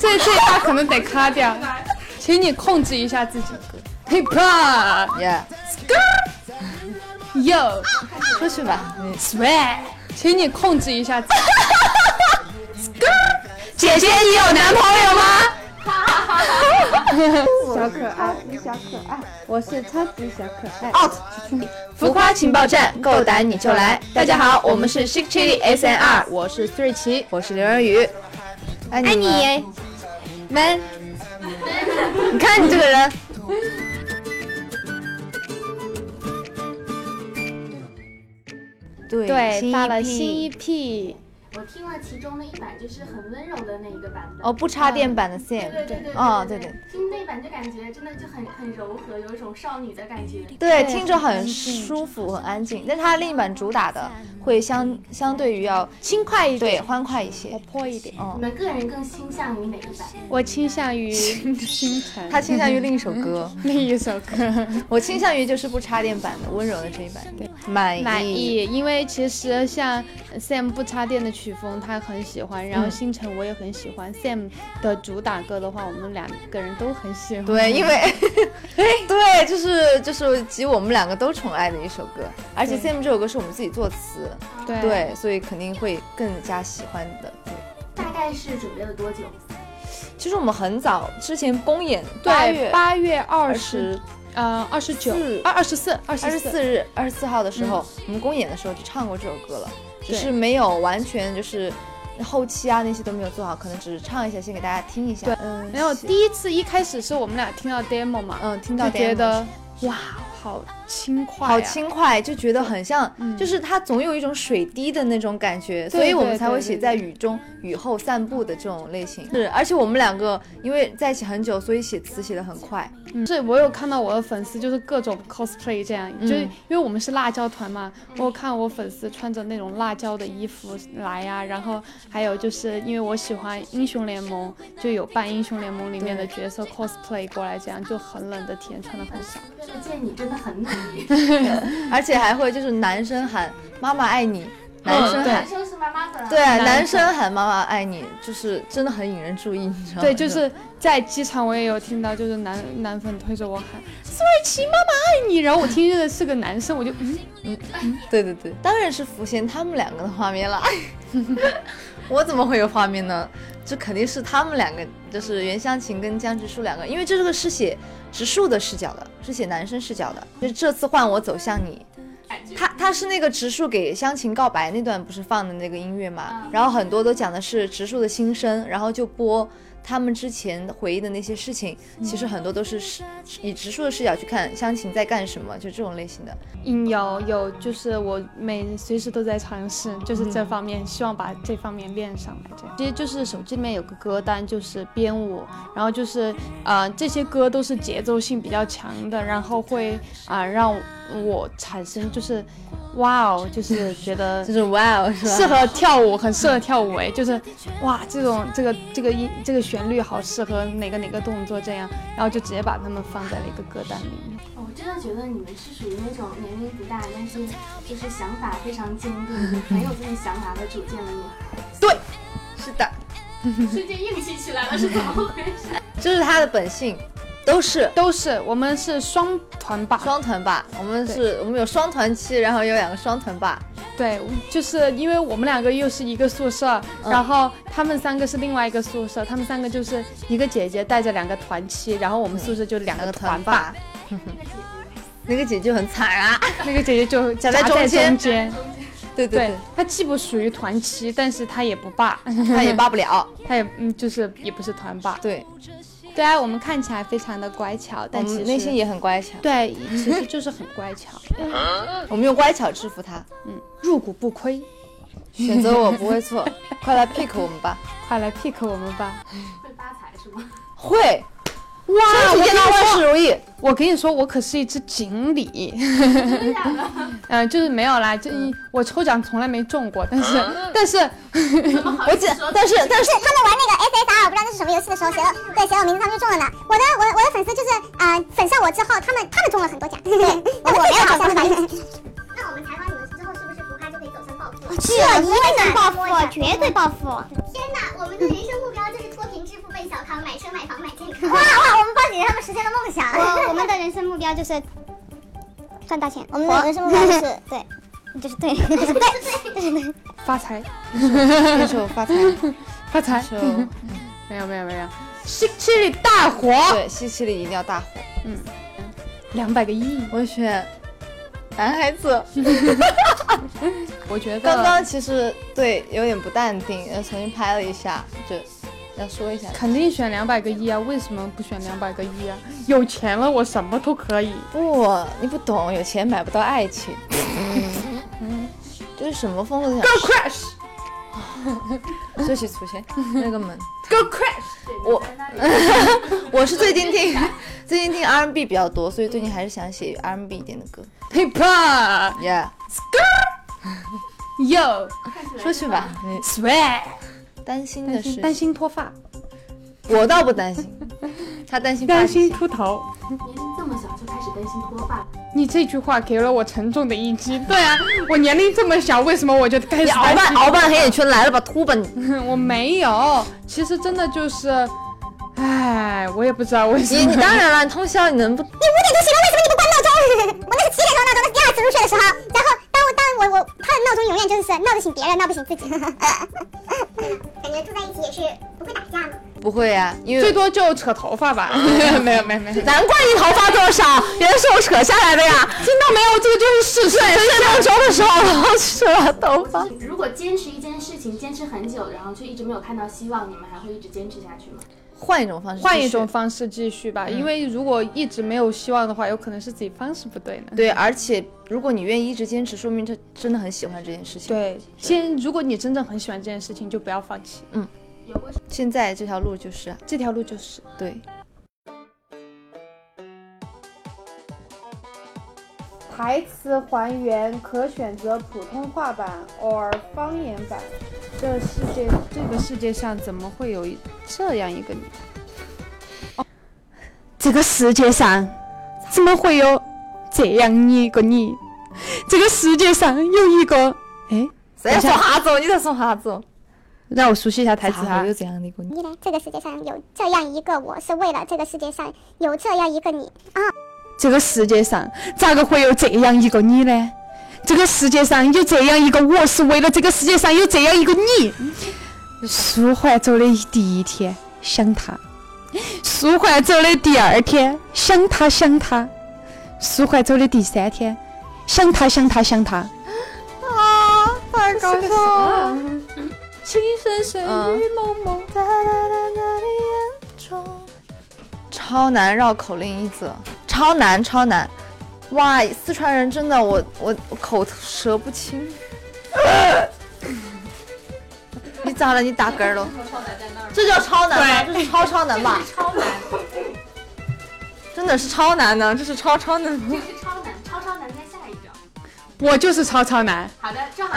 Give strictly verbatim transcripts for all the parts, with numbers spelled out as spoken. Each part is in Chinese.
这这一趴可能得卡掉，请你控制一下自己。Hip hop yeah yo 出去吧 sweat， 请你控制一下自己。 姐姐你有男朋友吗？ 小可爱，小可爱，我是超级小可爱。 out 浮夸情报站，够胆你就来！大家好，我们是 Chick Chili S N R， 我是瑞奇， 我是刘仁宇，爱你们，们，你看你这个人。对对，发了新 E P。 我听了其中的一版，就是很温柔的那一个版本。 哦，不插电版的 Sam。 对对对。 哦，对对。 听那版就感觉真的就很很柔和，有一种少女的感觉。 对，听着很舒服，很安静。但它另一版主打的会相相对于要轻快一点， 对，欢快一些， 活泼一点。 嗯。 你们个人更倾向于哪一版？ 我倾向于星辰。 他倾向于另一首歌。 另一首歌。 我倾向于就是不插电版的温柔的这一版。对。满意。 满意，因为其实像 Sam 不插电的曲风，他很喜欢，然后星辰我也很喜欢。嗯、Sam 的主打歌的话，我们两个人都很喜欢。 对，因为对，就是就是集我们两个都宠爱的一首歌，而且 Sam 这首歌是我们自己作词， 对， 对，所以肯定会更加喜欢的。对， 大概是准备了多久？ 其实我们很早之前公演，八月八月二十。呃，二十九、二二十四、二十四日、二十四号的时候、嗯，我们公演的时候就唱过这首歌了，只是没有完全就是后期啊那些都没有做好，可能只是唱一下，先给大家听一下。 对，嗯，没有，第一次一开始是我们俩听到 demo 嘛， 嗯，听到 demo 就觉得哇，好轻快、啊， 好轻快，就觉得很像，嗯、就是它总有一种水滴的那种感觉，所以我们才会写在雨中、雨后散步的这种类型。是，而且我们两个因为在一起很久，所以写词写得很快。 嗯，是我有看到我的粉丝就是各种 cosplay 这样，嗯、就是因为我们是辣椒团嘛，我有看我粉丝穿着那种辣椒的衣服来呀、啊，然后还有就是因为我喜欢英雄联盟，就有扮英雄联盟里面的角色 cosplay 过来，这样就很冷的天穿的很少。 可见你真的很努力， 而且还会就是男生喊妈妈爱你。男生喊， 男生是妈妈粉， 对，男生喊妈妈爱你，就是真的很引人注意，你知道吗？ 对，就是在机场我也有听到，就是男男粉推着我喊苏瑞奇妈妈爱你，然后我听这个是个男生，我就嗯嗯嗯，对对对，当然是浮现他们两个的画面了。我怎么会有画面呢？这肯定是他们两个，就是袁湘琴跟江直树两个，因为这个是写直树的视角的，是写男生视角的，就是这次换我走向你。他他是那个直树给湘琴告白那段不是放的那个音乐嘛，然后很多都讲的是直树的心声，然后就播他们之前回忆的那些事情，其实很多都是以直树的视角去看湘琴在干什么，就这种类型的。 嗯，有有，就是我每随时都在尝试，就是这方面、嗯、希望把这方面练上来。这样，其实就是手机里面有个歌单，就是编舞，然后就是呃这些歌都是节奏性比较强的，然后会啊、呃、让我产生就是哇哦，就是觉得就是哇哦，是吧？ 适合跳舞，很适合跳舞哎，就是哇这种这个这个音这个旋律好适合哪个哪个动作这样，然后就直接把它们放在了一个歌单里面。 我真的觉得你们是属于那种年龄不大，但是就是想法非常坚定，很有自己想法和主见的女孩。 对，是的， 瞬间硬气起来了，是怎么回事？ 这是她的本性。都是都是，我们是双团霸， 双团霸，我们是我们有双团期，然后有两个双团霸。 对，就是因为我们两个又是一个宿舍、嗯，然后他们三个是另外一个宿舍，他们三个就是一个姐姐带着两个团期，然后我们宿舍就两个团霸。 嗯、那个姐姐就很惨啊， 那个姐姐就夹在中间。 对对对， 她既不属于团期，但是她也不霸， 她也霸不了， 她也嗯就是也不是团霸。 对。 对啊，我们看起来非常的乖巧，但其实内心也很乖巧。 对，其实就是很乖巧。 我们用乖巧制服他， 嗯，入股不亏， 选择我不会错。快来 pick 我们吧， 快来 pick 我们吧。 会发财是吗？ 会。 哇， 身体健康，万事如意。 我跟你说，我可是一只锦鲤。嗯、呃，就是没有啦，就我抽奖从来没中过，但是、嗯、但是我记得，但是但是他们玩那个 S S R， 我不知道那是什么游戏的时候写了，对，写了我名字，他们就中了呢。我的我的我的粉丝就是呃粉射我之后，他们他们中了很多奖，对，我我没有好像是吧？那我们采访你们之后，是不是浮夸就可以走上暴富？ 是，一定能暴富，绝对暴富。 天哪，我们的人生目标就是脱贫致富，奔小康。 房、买车、买房、买健康。哇哇！我们帮姐姐他们实现了梦想。我我们的人生目标就是赚大钱。我们的人生目标就是对，就是对，就是对，就是对， 发财， 那时候发财， 发财。 就没有没有没有，西西里大火。 对，西西里一定要大火。 嗯，两百个亿。 我选男孩子。 我觉得刚刚其实对有点不淡定，呃，重新拍了一下，就要说一下。 肯定选两百个亿啊！为什么不选两百个亿啊？有钱了，我什么都可以。 不，你不懂，有钱买不到爱情。嗯，就是什么风格都想。 Go crash， 这是出现那个门。 Go crash。 我我是最近听最近听 R and B 比较多，所以最近还是想写 R and B 一点的歌。 Hip hop。 Yeah。 Yo。 说去吧。你 Swag。 担心的是担心脱发。 我倒不担心，他担心发担型心秃头。 年龄这么小就开始担心脱发， 你这句话给了我沉重的一击。对啊，我年龄这么小，为什么我就开始你熬半熬半黑眼圈来了吧，秃吧你！ 我没有，其实真的就是，唉，我也不知道为什么。 你你当然了，你通宵你能不？ 你五点钟起来，为什么你不关闹钟？我那是七点钟闹钟，那是第二次入睡的时候。然后当我当我我他的闹钟永远就是闹得醒别人，闹不醒自己。感觉住在一起也是不会打架吗？ 不会呀、啊，因为最多就扯头发吧。没有没有没有， 难怪你头发这么少，原来是我扯下来的呀！ 听到没有？这个就是事实。 睡梦中的时候，然后扯了头发。 如果坚持一件事情坚持很久，然后却一直没有看到希望，你们还会一直坚持下去吗？ 换一种方式， 换一种方式继续吧、 嗯， 因为如果一直没有希望的话，有可能是自己方式不对呢。 对，而且如果你愿意一直坚持，说明他真的很喜欢这件事情。 对，先如果你真正很喜欢这件事情，就不要放弃。 嗯， 有过现在这条路就是啊， 这条路就是对。 台词还原可选择普通话版 or 方言版。这世界，这个世界上怎么会有这样一个你？哦，这个世界上怎么会有这样一个你？这个世界上有一个，哎， 在说啥子？你在说啥子？ 让我熟悉一下台词哈。 有这样的一个你？ 你呢？这个世界上有这样一个我，是为了这个世界上有这样一个你啊。 这个世界上咋个会有这样一个你呢？这个世界上有这样一个我，是为了这个世界上有这样一个你。舒缓走的第一天想他，舒缓走的第二天想他想他，舒缓走的第三天想他想他想他。 啊，太搞笑了！ 情深深雨蒙蒙， 哒哒哒哒的眼中。超难绕口令一则，超难超难！哇，四川人真的，我我我口舌不清。你咋了？你打嗝了？这叫超难吗？这是超超难吧？ 超难， 真的是超难的，这是超超难。 这是超难，超超难在下一张。 我就是超超难。 好的，正好。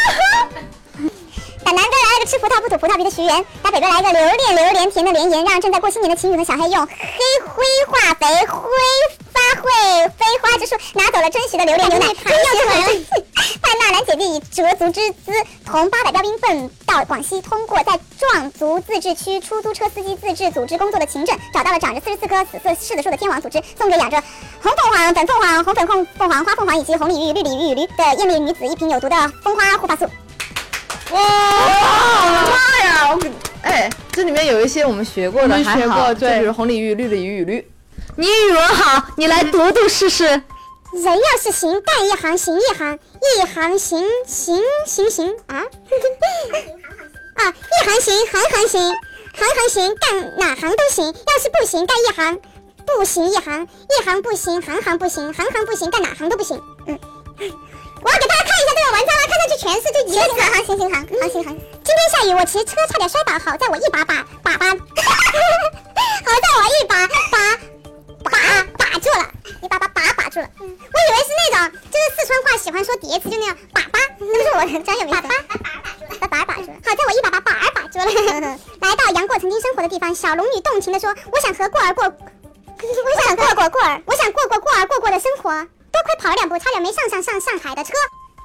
打南边来了个吃葡萄不吐葡萄皮的徐媛，打北边来一个榴莲榴莲甜的莲颜，让正在过新年的秦宇和小黑用黑灰化肥挥发会飞花之术拿走了真实的榴莲牛奶，并又成了范纳兰姐弟以折足之姿同八百标兵奔到广西，通过在壮族自治区出租车司机自治组织工作的秦镇，找到了长着四十四棵紫色柿子树的天王组织，送给养着红凤凰、粉凤凰、红粉凤凤凰、花凤凰以及红鲤鱼、绿鲤鱼与驴的艳丽女子一瓶有毒的蜂花护发素。 哇妈呀！我哎，这里面有一些我们学过的， 我们学过还好， 对就比如红鲤鱼、绿鲤鱼与驴。你语文好，你来读读试试。 人要是行，干一行，行一行，一行行行行行啊！啊，一行行，行行行，行行行，干哪行都行。要是不行，干一行，不行一行，一行不行，行行不行，行行不行，干哪行都不行。嗯。我要给大家看一下这个文章啊，看上去全是这几个字。行行行行行行行。今天下雨，我骑车差点摔倒，好在我一把把把把，好在我一把把把把住了，一把把把把住了。我以为是那种，就是四川话喜欢说叠词，就那样把把，那不是我的专业名词。把把把住了，把把把住了。好在我一把把把儿把住了。来到杨过曾经生活的地方，小龙女动情地说：“我想和过儿过，我想过过过儿，我想过过过儿过过的生活。”多亏跑了两步，差点没上上上上海的车。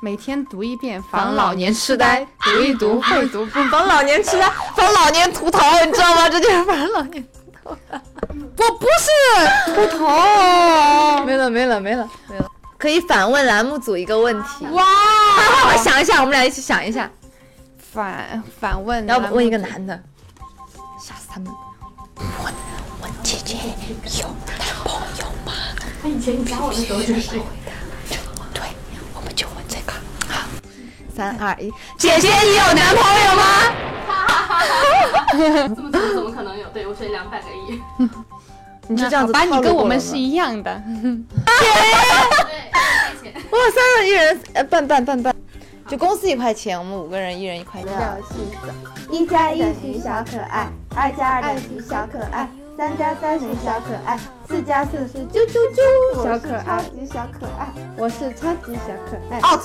每天读一遍， 防老年痴呆， 读一读会读不？ 防老年痴呆，防老年秃头，你知道吗？这就是防老年秃头。 我不是秃头。 没了没了没了没了。可以反问栏目组一个问题。 哇！ 我想一下，我们俩一起想一下。 反反问， 要不问一个男的，吓死他们。问问姐姐有男朋友吗？ 那以前你加我的时候就是。 对，我们就问这个。好，三二一，姐姐你有男朋友吗？ 这么多怎么可能有？对我选两百个亿。 你就这样子把你跟我们是一样的。 对， 哇，三个一人呃半半半半，就公司一块钱，我们五个人一人一块钱。 一加一许小可爱，二加二等于小可爱，三加三等于小可爱，四加四是啾啾啾，小可爱，超级小可爱，我是超级小可爱。 out。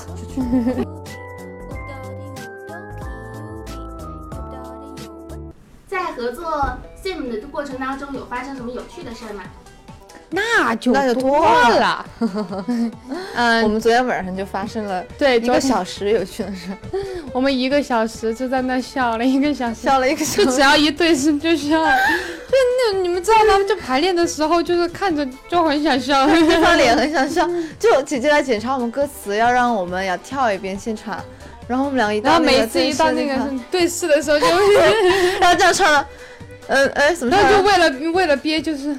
在合作 Sim 的过程当中，有发生什么有趣的事儿吗？ 那就那就多了。 了。嗯，我们昨天晚上就发生了对一个小时有趣的事。 我们一个小时就在那笑了一个小时， 笑了一个小时， 就只要一对视就笑。就那你们知道吗？就排练的时候，就是看着就很想笑， 对方脸很想笑。就姐姐来检查我们歌词，要让我们要跳一遍现场。然后我们两个一到然后那个每次一到那个对视的时候就， 然后这样唱了，呃呃怎么唱？ 然后就为了为了憋就是，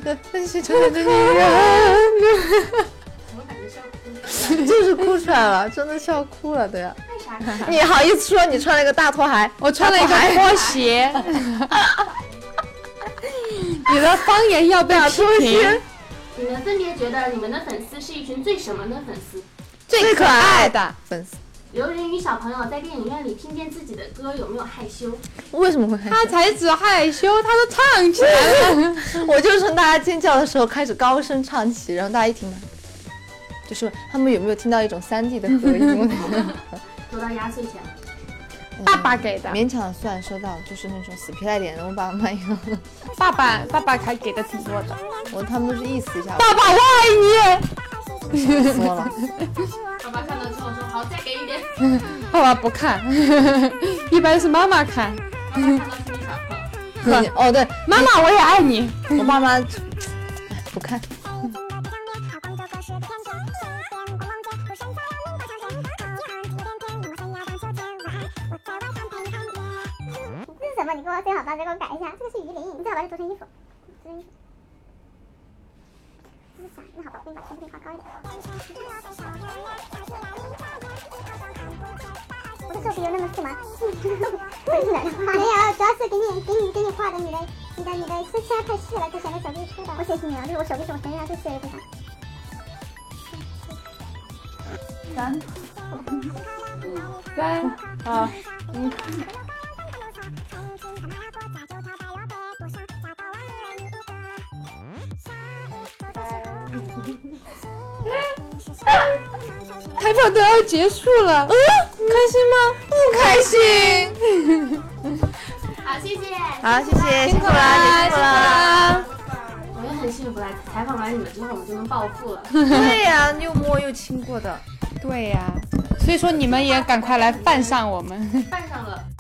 就是哭出来了，真的笑哭了，对呀。 为啥？ 你好意思说你穿了一个大拖鞋？ 我穿了一个拖鞋。你的方言要被批评。 你们分别觉得你们的粉丝是一群最什么的粉丝？ 最可爱的粉丝。 刘仁宇小朋友在电影院里听见自己的歌有没有害羞？ 为什么会害羞？ 他才只害羞，他都唱起来了。 我就趁大家尖叫的时候开始高声唱起，然后大家一听，就是他们有没有听到一种三 D 的合音？ 收到压岁钱了。 爸爸给的， 勉强算收到，就是那种死皮赖脸的，我爸妈一样。 爸爸爸爸还给的挺多的， 我他们都是意思一下。 爸爸我爱你。说了。 爸爸看到之后说好，再给一点。 爸爸不看，一般是妈妈看。 妈妈看到是你小朋友。 哦对， 妈妈我也爱你。 我爸妈不看。 什么？你给我最好帮再给我改一下，这个是鱼鳞，你最好把它做成衣服。做成衣服。这是啥？那好吧，我给你把全部给你画高一点。我的手臂有那么粗吗？不是的，没有，主要是给你给你给你画的，你的你的你的身材太细了，就显得手臂粗的。我谢谢你了，就是我手臂是我身上最细的一部分。 三，三，二，一。 采访都要结束了，嗯，开心吗？ 不开心。 好，谢谢。 好，谢谢，辛苦啦，辛苦啦。 我也很幸福啦，采访完你们之后，我们就能暴富了。 对呀、啊，又摸又亲过的。 对呀、啊，所以说你们也赶快来犯上我们。 犯上了。